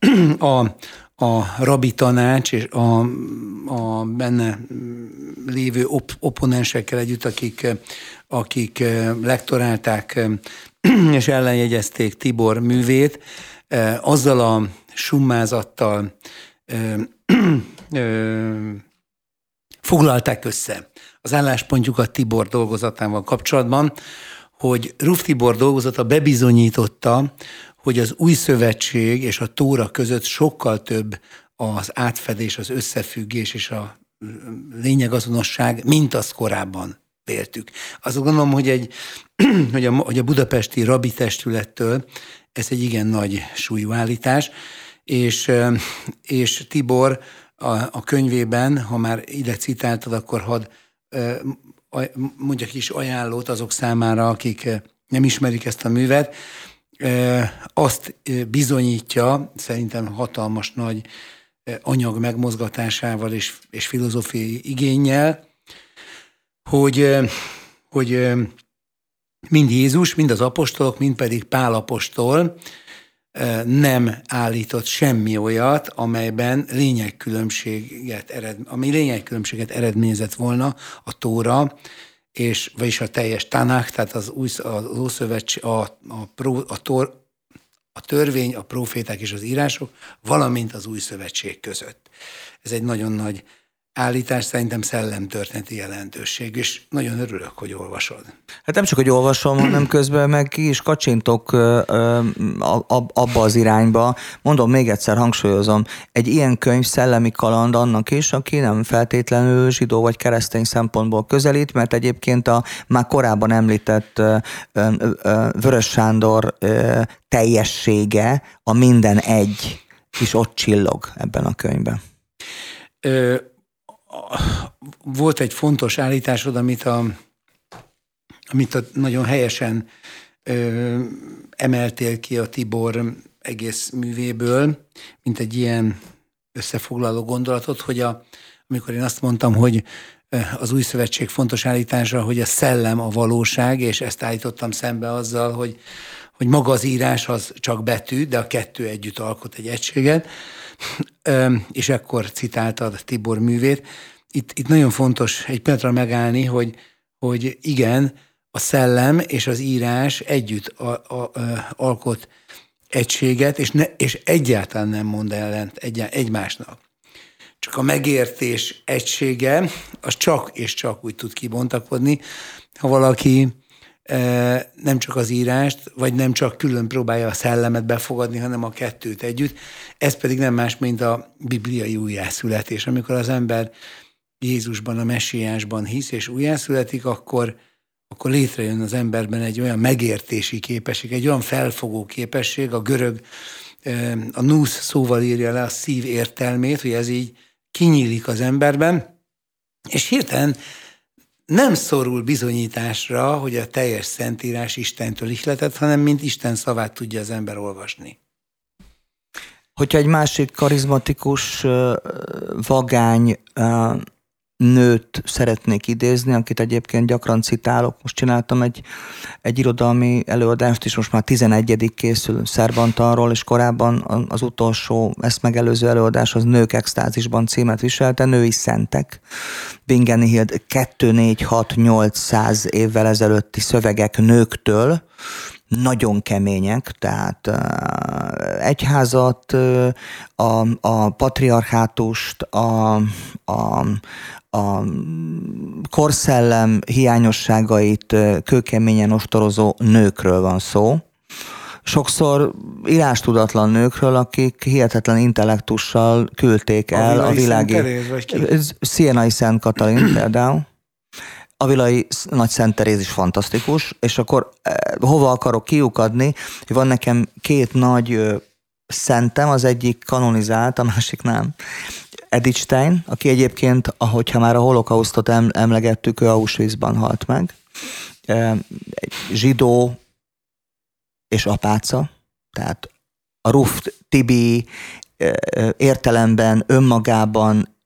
a rabbi tanács és a benne lévő opponensekkel együtt, akik lektorálták és ellenjegyezték Tibor művét, azzal a summázattal foglalták össze az álláspontjukat Tibor dolgozatával kapcsolatban, hogy Ruf Tibor dolgozata bebizonyította, hogy az Új Szövetség és a Tóra között sokkal több az átfedés, az összefüggés és a lényegazonosság, mint azt korábban véltük. Azt gondolom, hogy a budapesti rabbi testülettől ez egy igen nagy súlyú állítás, és Tibor a könyvében, ha már ide citáltad, akkor hadd mondjak is ajánlót azok számára, akik nem ismerik ezt a művet, azt bizonyítja, szerintem hatalmas nagy anyag megmozgatásával és filozófiai igénnyel, hogy mind Jézus, mind az apostolok, mind pedig Pál apostol nem állított semmi olyat, amelyben lényegkülönbséget eredményezett volna a Tóra, vagyis a teljes Tanakh, tehát az Ószövetség, a törvény, a proféták és az írások, valamint az Új Szövetség között. Ez egy nagyon nagy állítás, szerintem szellemtörténeti jelentőség, és nagyon örülök, hogy olvasod. Hát nem csak, hogy olvasom, hanem közben meg ki is kacsintok abba az irányba. Mondom, még egyszer hangsúlyozom, egy ilyen könyv szellemi kaland annak is, aki nem feltétlenül zsidó vagy keresztény szempontból közelít, mert egyébként a már korábban említett Vörös Sándor teljessége, a minden egy is ott csillog ebben a könyvben. Volt egy fontos állításod, amit nagyon helyesen emeltél ki a Tibor egész művéből, mint egy ilyen összefoglaló gondolatot, hogy amikor én azt mondtam, hogy az Új Szövetség fontos állítása, hogy a szellem a valóság, és ezt állítottam szembe azzal, hogy maga az írás az csak betű, de a kettő együtt alkot egy egységet, és ekkor citáltad Tibor művét. Itt nagyon fontos egy pillanatra megállni, hogy igen, a szellem és az írás együtt alkot egységet, és egyáltalán nem mond ellent egymásnak. Csak a megértés egysége, az csak és csak úgy tud kibontakodni, ha valaki nem csak az írást, vagy nem csak külön próbálja a szellemet befogadni, hanem a kettőt együtt. Ez pedig nem más, mint a bibliai újjászületés. Amikor az ember Jézusban, a messiásban hisz és újjászületik, akkor akkor létrejön az emberben egy olyan megértési képesség, egy olyan felfogó képesség, a görög a nous szóval írja le a szív értelmét, hogy ez így kinyílik az emberben, és hirtelen nem szorul bizonyításra, hogy a teljes Szentírás Istentől ihletett, hanem mint Isten szavát tudja az ember olvasni. Hogyha egy másik karizmatikus, vagány nőt szeretnék idézni, akit egyébként gyakran citálok. Most csináltam egy irodalmi előadást is, most már 11. készül Szerbantalról, és korábban az utolsó, ezt megelőző előadás az Nők extázisban címet viselte, Női szentek. Bingeni Hild 2-4-6-800 évvel ezelőtti szövegek nőktől, nagyon kemények, tehát egyházat, a patriarchátust, a korszellem hiányosságait kőkeményen ostorozó nőkről van szó. Sokszor írástudatlan nőkről, akik hihetetlen intellektussal küldték el a világi... Sienai Szent Katalin például. Avilai Nagy Szent Teréz is fantasztikus, és akkor hova akarok kiukadni, hogy van nekem 2 nagy szentem, az egyik kanonizált, a másik nem. Edith Stein, aki egyébként, ahogyha már a holokausztot emlegettük, ő Auschwitzban halt meg. Egy zsidó és apáca, tehát a Ruf Tibi értelemben önmagában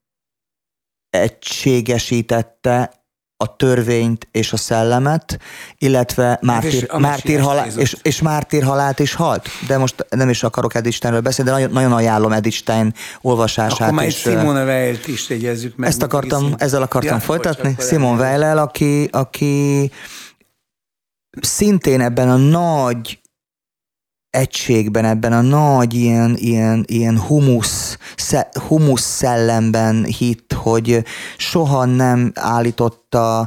egységesítette a törvényt és a szellemet, illetve mártírhalált is halt. De most nem is akarok Edith Steinről beszélni, de nagyon ajánlom Edith Stein olvasását. Akkor már Simone Weil-t is jegyezzük meg. Ezzel akartam folytatni. Simone Weil-el, aki szintén ebben a nagy egységben, ebben a nagy ilyen humusz szellemben hitt, hogy soha nem állította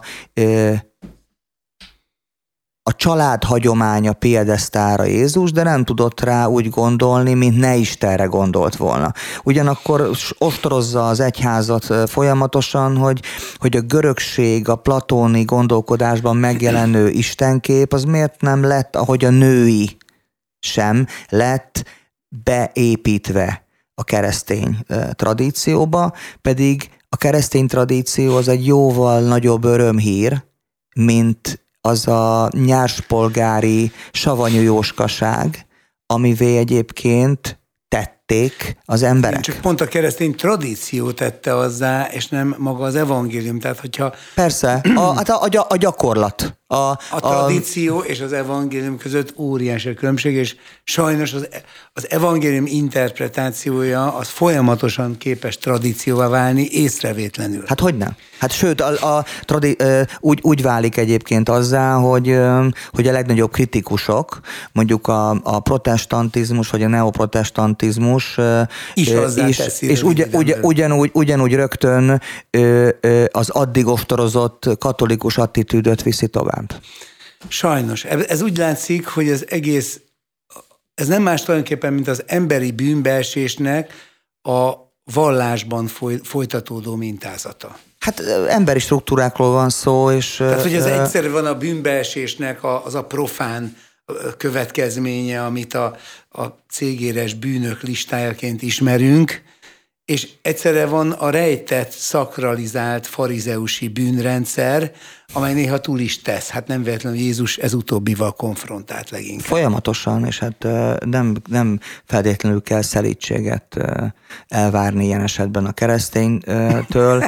a család hagyománya piedesztára Jézus, de nem tudott rá úgy gondolni, mint ne Istenre gondolt volna. Ugyanakkor ostorozza az egyházat folyamatosan, hogy a görögség, a platóni gondolkodásban megjelenő istenkép, az miért nem lett, ahogy a női sem lett beépítve a keresztény tradícióba, pedig a keresztény tradíció az egy jóval nagyobb örömhír, mint az a nyárspolgári savanyú jóskaság, amivé egyébként tették az emberek. Csak pont a keresztény tradíció tette hozzá, és nem maga az evangélium. Tehát, hogyha... Persze, a gyakorlat. A tradíció és az evangélium között óriási a különbség, és sajnos az evangélium interpretációja az folyamatosan képes tradícióvá válni észrevétlenül. Hát hogy nem? Hát sőt, úgy válik egyébként azzá, hogy a legnagyobb kritikusok, mondjuk a protestantizmus vagy a neoprotestantizmus és ugyanúgy rögtön az addig ostorozott katolikus attitűdöt viszi tovább. Sajnos. Ez úgy látszik, hogy ez egész, ez nem más tulajdonképpen, mint az emberi bűnbeesésnek a vallásban folytatódó mintázata. Hát emberi struktúrákról van szó, és... Tehát, hogy ez egyszerű van a bűnbeesésnek az a profán következménye, amit a cégéres bűnök listájaként ismerünk, és egyszerre van a rejtett, szakralizált farizeusi bűnrendszer, amely néha túl is tesz. Hát nem véletlenül Jézus ez utóbbival konfrontált leginkább. Folyamatosan, és hát nem feltétlenül kell szelídséget elvárni ilyen esetben a kereszténytől.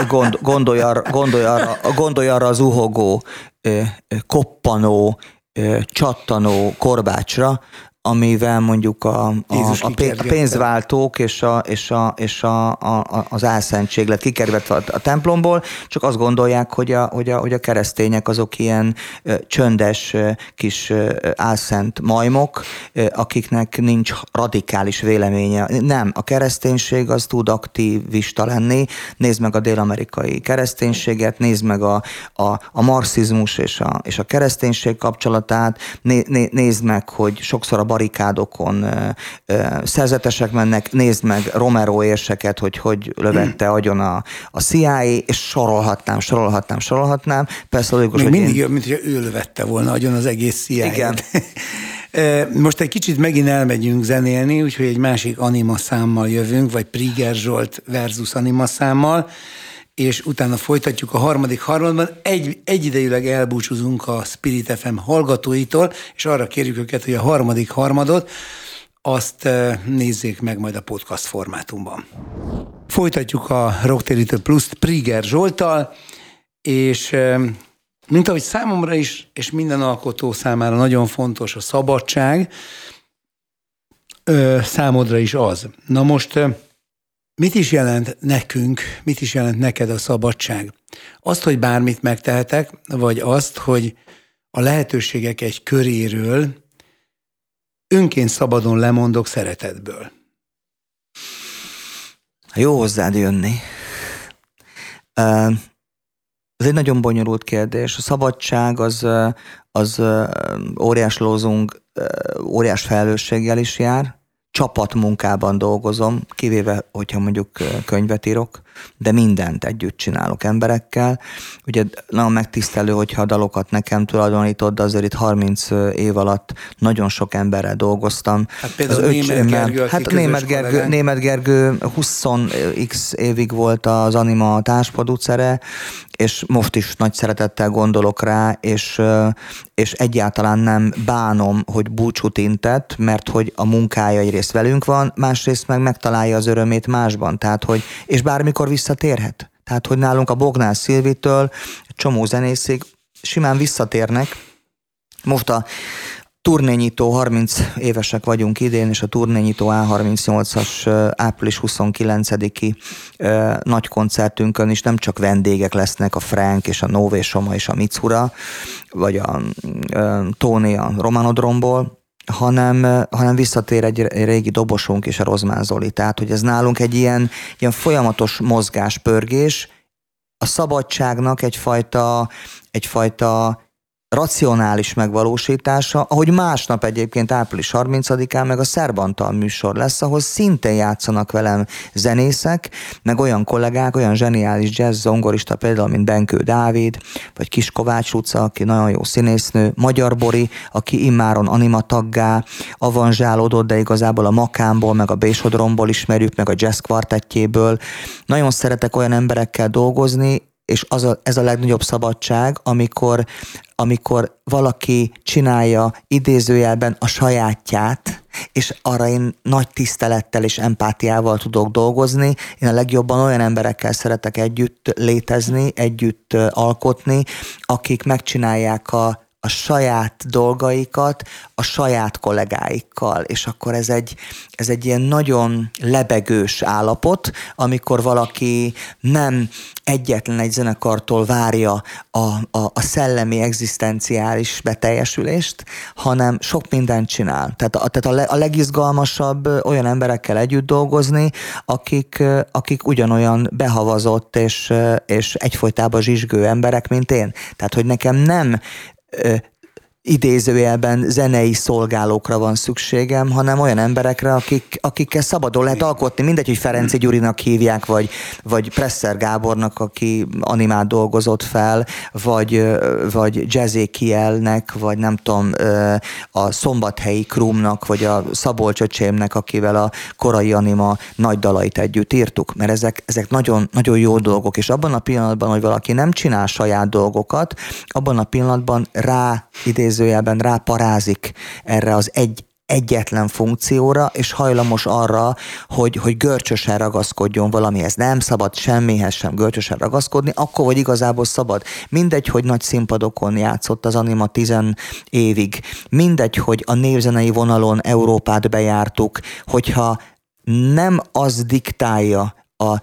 Gondolj arra az uhogó, koppanó, csattanó korbácsra, amivel mondjuk a pénzváltók és az álszentséglet kikerült a templomból, csak azt gondolják, hogy a keresztények azok ilyen csöndes kis álszent majmok, akiknek nincs radikális véleménye. Nem, a kereszténység az tud aktivista lenni. Nézd meg a dél-amerikai kereszténységet, nézd meg a marxizmus és a kereszténység kapcsolatát, nézd meg, hogy sokszor a barikádokon, szerzetesek mennek, nézd meg Romero érseket, hogy lövette agyon a CIA, és sorolhatnám. Persze logikus, még mindig jobb, mint hogy ő lövette volna agyon az egész CIA-t. Igen. Most egy kicsit megint elmegyünk zenélni, úgyhogy egy másik anima számmal jövünk, vagy Priger Zsolt versus anima számmal, és utána folytatjuk a harmadik harmadban. Egyidejűleg elbúcsúzunk a Spirit FM hallgatóitól, és arra kérjük őket, hogy a harmadik harmadot azt nézzék meg majd a podcast formátumban. Folytatjuk a Rocktérítő Pluszt Priger Zsolttal, és mint ahogy számomra is, és minden alkotó számára nagyon fontos a szabadság, számodra is az. Na most mit is jelent nekünk, mit is jelent neked a szabadság? Azt, hogy bármit megtehetek, vagy azt, hogy a lehetőségek egy köréről önként szabadon lemondok szeretetből? Jó hozzád jönni. Ez egy nagyon bonyolult kérdés. A szabadság az óriás lózung, óriás felelősséggel is jár. Csapatmunkában dolgozom, kivéve, hogyha mondjuk könyvet írok, de mindent együtt csinálok emberekkel. Ugye nagyon megtisztelő, hogyha a dalokat nekem tulajdonítod, de azért itt 30 év alatt nagyon sok emberrel dolgoztam. Hát például Németh Gergő 20x évig volt az Anima társproducere, és most is nagy szeretettel gondolok rá, és egyáltalán nem bánom, hogy búcsút intett, mert hogy a munkája egyrészt velünk van, másrészt meg megtalálja az örömét másban, tehát hogy, és bármikor visszatérhet. Tehát, hogy nálunk a Bognár Szilvitől egy csomó zenészig simán visszatérnek. Most a turnényító, 30 évesek vagyunk idén, és a turnényító A38-as április 29-i nagy koncertünkön is nem csak vendégek lesznek, a Frank és a Nové Soma és a Mitsura, vagy a Tony a Romanodromból, hanem visszatér egy régi dobosunk és a Rozmán Zoli. Tehát, hogy ez nálunk egy ilyen folyamatos mozgás, pörgés, a szabadságnak egyfajta racionális megvalósítása, ahogy másnap egyébként április 30-án meg a Szerbantal műsor lesz, ahol szintén játszanak velem zenészek, meg olyan kollégák, olyan zseniális jazz zongorista például, mint Benkő Dávid, vagy Kis Kovács Luca, aki nagyon jó színésznő, Magyar Bori, aki immáron anima taggá avanzsálódott, de igazából a Makámból, meg a Bésodromból ismerjük, meg a jazz kvartettjéből. Nagyon szeretek olyan emberekkel dolgozni, és ez a legnagyobb szabadság, amikor valaki csinálja idézőjelben a sajátját, és arra én nagy tisztelettel és empátiával tudok dolgozni. Én a legjobban olyan emberekkel szeretek együtt létezni, együtt alkotni, akik megcsinálják a saját dolgaikat a saját kollégáikkal, és akkor ez egy ilyen nagyon lebegős állapot, amikor valaki nem egyetlen egy zenekartól várja a szellemi egzisztenciális beteljesülést, hanem sok mindent csinál. Tehát a legizgalmasabb olyan emberekkel együtt dolgozni, akik ugyanolyan behavazott és egyfolytában zsizsgő emberek, mint én. Tehát, hogy nekem nem idézőjelben zenei szolgálókra van szükségem, hanem olyan emberekre, akikkel szabadon lehet alkotni. Mindegy, hogy Ferenci Gyurinak hívják, vagy Presser Gábornak, aki animát dolgozott fel, vagy Jazzékielnek, vagy nem tudom, a Szombathelyi Krumnak, vagy a Szabolcs öcsémnek, akivel a korai anima nagy dalait együtt írtuk. Mert ezek nagyon, nagyon jó dolgok, és abban a pillanatban, hogy valaki nem csinál saját dolgokat, abban a pillanatban idézőjelben ráparázik erre az egyetlen funkcióra, és hajlamos arra, hogy görcsösen ragaszkodjon valamihez. Nem szabad semmihez sem görcsösen ragaszkodni, akkor vagy igazából szabad. Mindegy, hogy nagy színpadokon játszott az anima 10 évig. Mindegy, hogy a népzenei vonalon Európát bejártuk, hogyha nem az diktálja a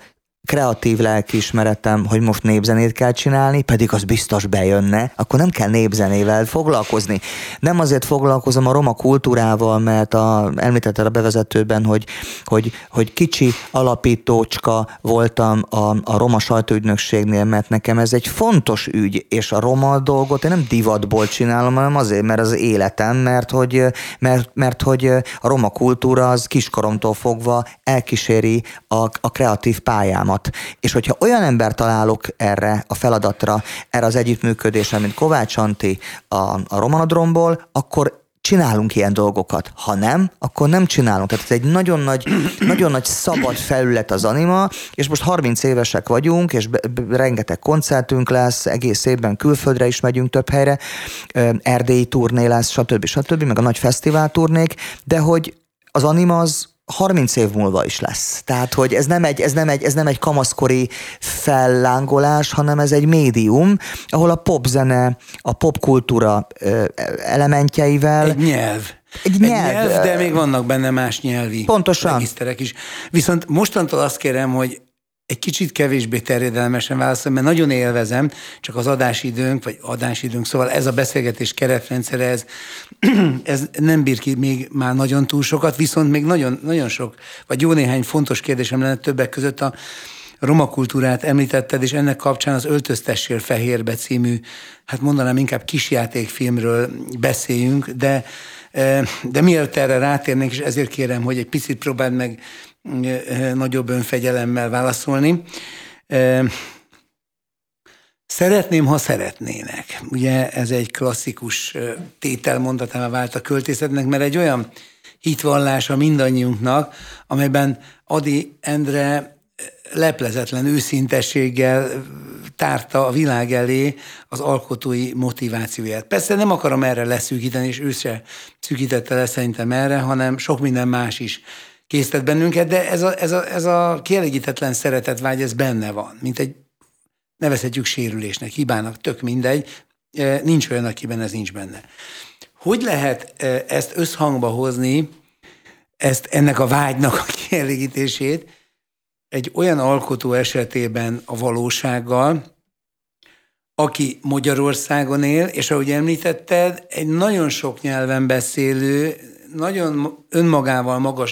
kreatív lelkiismeretem, hogy most népzenét kell csinálni, pedig az biztos bejönne, akkor nem kell népzenével foglalkozni. Nem azért foglalkozom a roma kultúrával, mert említetted a bevezetőben, hogy kicsi alapítócska voltam a roma sajtóügynökségnél, mert nekem ez egy fontos ügy, és a roma dolgot én nem divatból csinálom, hanem azért, mert az életem, mert hogy a roma kultúra az kiskoromtól fogva elkíséri a kreatív pályámat. És hogyha olyan ember találok erre a feladatra, erre az együttműködésre, mint Kovács Antti a Romanodromból, akkor csinálunk ilyen dolgokat. Ha nem, akkor nem csinálunk. Tehát ez egy nagyon nagy szabad felület az Anima, és most 30 évesek vagyunk, és rengeteg koncertünk lesz, egész évben külföldre is megyünk több helyre, erdélyi turné lesz, stb., meg a nagy fesztivál turnék, de hogy az Anima az 30 év múlva is lesz. Tehát, hogy ez nem egy kamaszkori fellángolás, hanem ez egy médium, ahol a popzene, a popkultúra elementjeivel... Egy nyelv, de még vannak benne más nyelvi regiszterek is. Viszont mostantól azt kérem, hogy egy kicsit kevésbé terjedelmesen válaszolom, mert nagyon élvezem, csak az adásidőnk, szóval ez a beszélgetés keretrendszere, ez nem bír ki még már nagyon túl sokat, viszont még nagyon, nagyon sok, vagy jó néhány fontos kérdésem lenne, többek között a roma kultúrát említetted, és ennek kapcsán az Öltöztessél fehérbe című, hát mondanám inkább kisjátékfilmről beszéljünk, de mielőtt erre rátérnénk, és ezért kérem, hogy egy picit próbáld meg nagyobb önfegyelemmel válaszolni. Szeretném, ha szeretnének. Ugye ez egy klasszikus tételmondatává vált a költészetnek, mert egy olyan hitvallása mindannyiunknak, amelyben Ady Endre leplezetlen őszintességgel tárta a világ elé az alkotói motivációját. Persze nem akarom erre leszűkíteni, és ő se szűkítette le szerintem erre, hanem sok minden más is késztet bennünket, de ez a kielégítetlen szeretetvágy, ez benne van, mint egy, nevezhetjük sérülésnek, hibának, tök mindegy, nincs olyan, akiben ez nincs benne. Hogy lehet ezt összhangba hozni, ennek a vágynak a kielégítését egy olyan alkotó esetében a valósággal, aki Magyarországon él, és ahogy említetted, egy nagyon sok nyelven beszélő, nagyon önmagával magas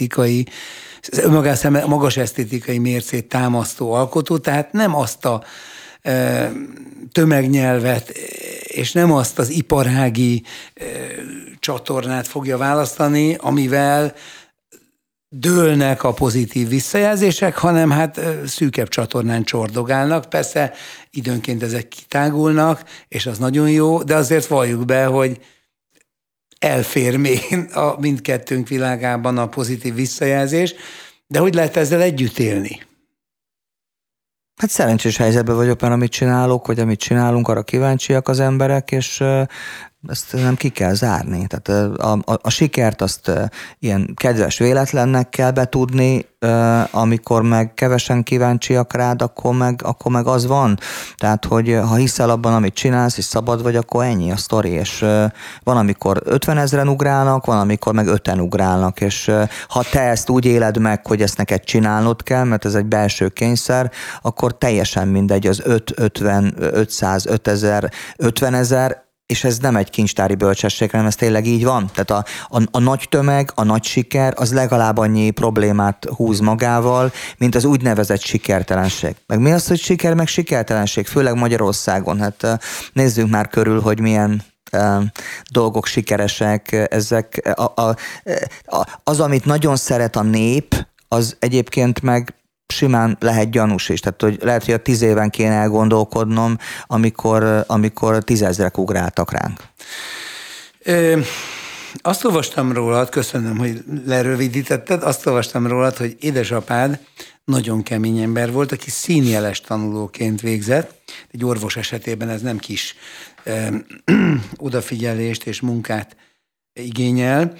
esztétikai mércét támasztó alkotó, tehát nem azt a tömegnyelvet, és nem azt az iparági csatornát fogja választani, amivel dőlnek a pozitív visszajelzések, hanem hát szűkebb csatornán csordogálnak. Persze időnként ezek kitágulnak, és az nagyon jó, de azért valljuk be, hogy elfér még a mindkettőnk világában a pozitív visszajelzés, de hogy lehet ezzel együtt élni? Hát szerencsés helyzetben vagyok, mert amit csinálok, vagy amit csinálunk, arra kíváncsiak az emberek, és ezt nem ki kell zárni. Tehát a sikert azt ilyen kedves véletlennek kell betudni, amikor meg kevesen kíváncsiak rád, akkor meg az van. Tehát, hogy ha hiszel abban, amit csinálsz, és szabad vagy, akkor ennyi a sztori. És van, amikor 50 000 ugrálnak, van, amikor meg 5-en ugrálnak. És ha te ezt úgy éled meg, hogy ezt neked csinálnod kell, mert ez egy belső kényszer, akkor teljesen mindegy, az 5, 50, 500, 5000, 50 000, és ez nem egy kincstári bölcsesség, hanem ez tényleg így van. Tehát a nagy tömeg, a nagy siker, az legalább annyi problémát húz magával, mint az úgynevezett sikertelenség. Meg mi az, hogy siker, meg sikertelenség, főleg Magyarországon. Hát nézzünk már körül, hogy milyen dolgok sikeresek. Ezek az, amit nagyon szeret a nép, az egyébként meg simán lehet gyanús is. Tehát hogy lehet, hogy a 10 éven kéne elgondolkodnom, amikor 10 000-ek ugráltak ránk. Azt olvastam rólad, köszönöm, hogy lerövidítetted, azt olvastam rólad, hogy édesapád nagyon kemény ember volt, aki színjeles tanulóként végzett. Egy orvos esetében ez nem kis odafigyelést és munkát igényel.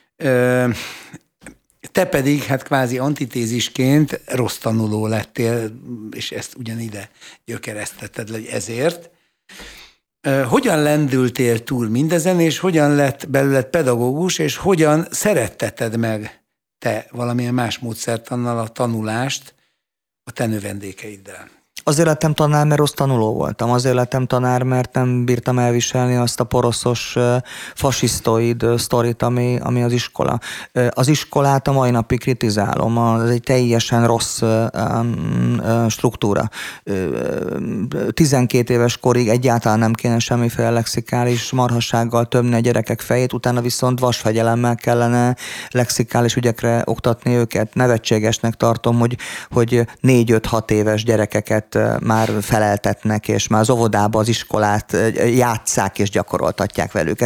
Te pedig, hát kvázi antitézisként rossz tanuló lettél, és ezt ugyanide gyökeresztetted le, hogy ezért. Hogyan lendültél túl mindezen, és hogyan lett belőled pedagógus, és hogyan szeretteted meg te valamilyen más módszertannal a tanulást, a te növendékeiddel? Azért lettem tanár, mert rossz tanuló voltam. Azért lettem tanár, mert nem bírtam elviselni azt a poroszos fasisztoid sztorit, ami az iskola. Az iskolát a mai napig kritizálom. Ez egy teljesen rossz struktúra. 12 éves korig egyáltalán nem kéne semmiféle lexikális marhassággal tömni a gyerekek fejét, utána viszont vasfegyelemmel kellene lexikális ügyekre oktatni őket. Nevetségesnek tartom, hogy 4-5-6 éves gyerekeket már feleltetnek, és már az óvodába az iskolát játsszák és gyakoroltatják velük.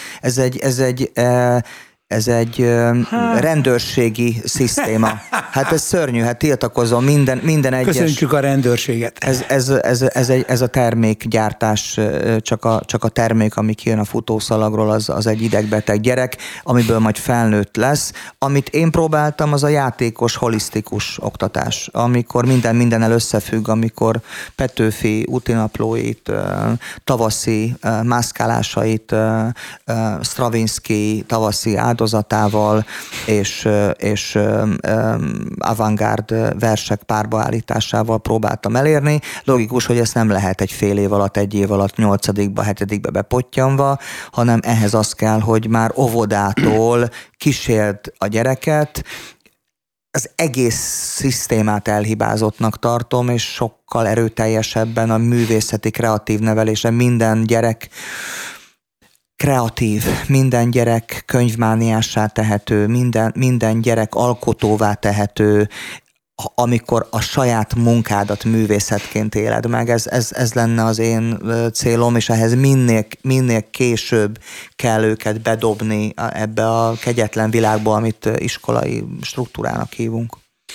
Ez egy rendőrségi szisztéma. Hát ez szörnyű, hát tiltakozom minden egyes... Köszönjük a rendőrséget. Ez a termékgyártás, csak a termék, ami kijön a futószalagról, az egy idegbeteg gyerek, amiből majd felnőtt lesz. Amit én próbáltam, az a játékos, holisztikus oktatás, amikor mindennel összefügg, amikor Petőfi útinaplóit, tavaszi mászkálásait, Stravinsky tavaszi áldozatával és avantgárd versek párbaállításával próbáltam elérni. Logikus, hogy ezt nem lehet egy fél év alatt, egy év alatt 8-ba, 7-be bepottyanva, hanem ehhez az kell, hogy már óvodától kísérd a gyereket. Az egész szisztémát elhibázottnak tartom, és sokkal erőteljesebben a művészeti, kreatív nevelése minden gyerek kreatív, minden gyerek könyvmániássá tehető, minden gyerek alkotóvá tehető, amikor a saját munkádat művészetként éled meg. Ez lenne az én célom, és ehhez minél később kell őket bedobni ebbe a kegyetlen világba, amit iskolai struktúrának hívunk.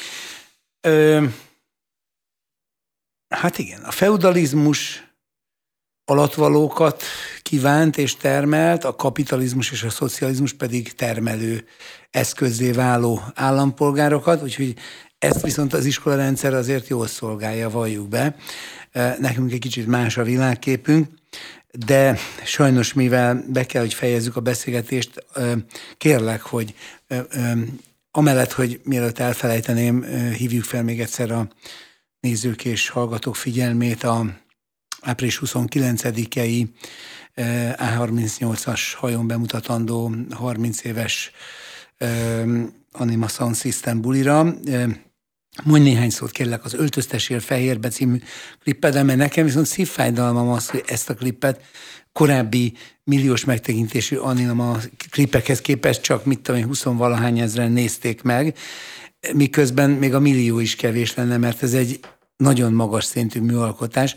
Hát igen, a feudalizmus alatvalókat kívánt és termelt, a kapitalizmus és a szocializmus pedig termelő eszközzé váló állampolgárokat, úgyhogy ezt viszont az iskolarendszer azért jól szolgálja, valljuk be. Nekünk egy kicsit más a világképünk, de sajnos, mivel be kell, hogy fejezzük a beszélgetést, kérlek, hogy amellett, hogy mielőtt elfelejteném, hívjuk fel még egyszer a nézők és hallgatók figyelmét a április 29-i A38-as hajón bemutatandó 30 éves Anima Sound System bulira. Mondj néhány szót kérlek az Öltöztessél fehérbe című klippeden, mert nekem viszont szívfájdalmam az, hogy ezt a klippet korábbi milliós megtekintésű Anima klippekhez képest csak 20-valahány ezren nézték meg, miközben még a millió is kevés lenne, mert ez egy nagyon magas szintű műalkotás.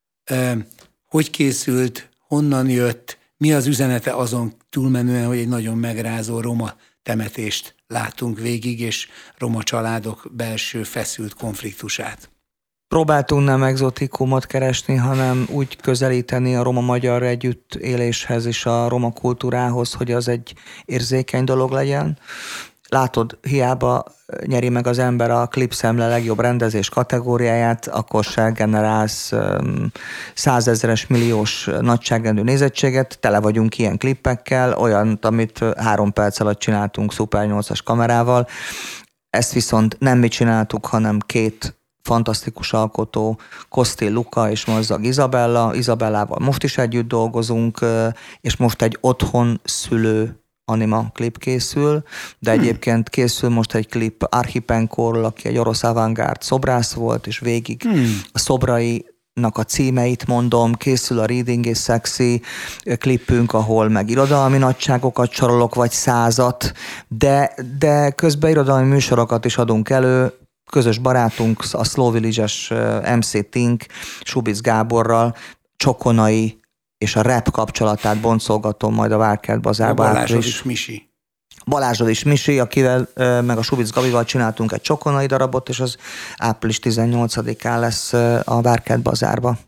Hogy készült, honnan jött, mi az üzenete azon túlmenően, hogy egy nagyon megrázó roma temetést látunk végig, és roma családok belső feszült konfliktusát? Próbáltunk nem egzotikumot keresni, hanem úgy közelíteni a roma-magyar együttéléshez és a roma kultúrához, hogy az egy érzékeny dolog legyen. Látod, hiába nyeri meg az ember a Klipszemle legjobb rendezés kategóriáját, akkor se generálsz 100 000-es milliós nagyságrendű nézettséget, tele vagyunk ilyen klippekkel, olyan, amit 3 perc alatt csináltunk Super 8-as kamerával. Ezt viszont nem mi csináltuk, hanem 2 fantasztikus alkotó, Koszti Luka és Mozzag Izabella. Izabellával most is együtt dolgozunk, és most egy otthon szülő Anima klip készül, de egyébként készül most egy klip Archipenkorról, aki egy orosz avantgárd szobrász volt, és végig a szobrainak a címeit mondom, készül a Reading és Sexy klipünk, ahol meg irodalmi nagyságokat sorolok, vagy 100-at, de közben irodalmi műsorokat is adunk elő, közös barátunk, a Slow Village-es MC Tink, Subic Gáborral, Csokonai és a rap kapcsolatát boncolgatom majd a Várkert Bazárba. Balázsod is Misi. Balázsod is Misi, akivel meg a Subic Gabival csináltunk egy Csokonai darabot, és az április 18-án lesz a Várkert Bazárba.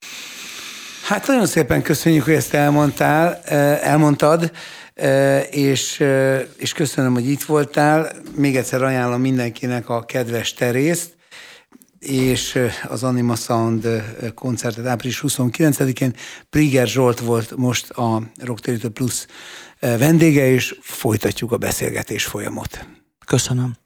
Hát nagyon szépen köszönjük, hogy ezt elmondtad, és köszönöm, hogy itt voltál. Még egyszer ajánlom mindenkinek a kedves terészt, és az Anima Sound koncertet április 29-én. Priger Zsolt volt most a Rocktérítő Plus vendége, és folytatjuk a beszélgetés folyamot. Köszönöm.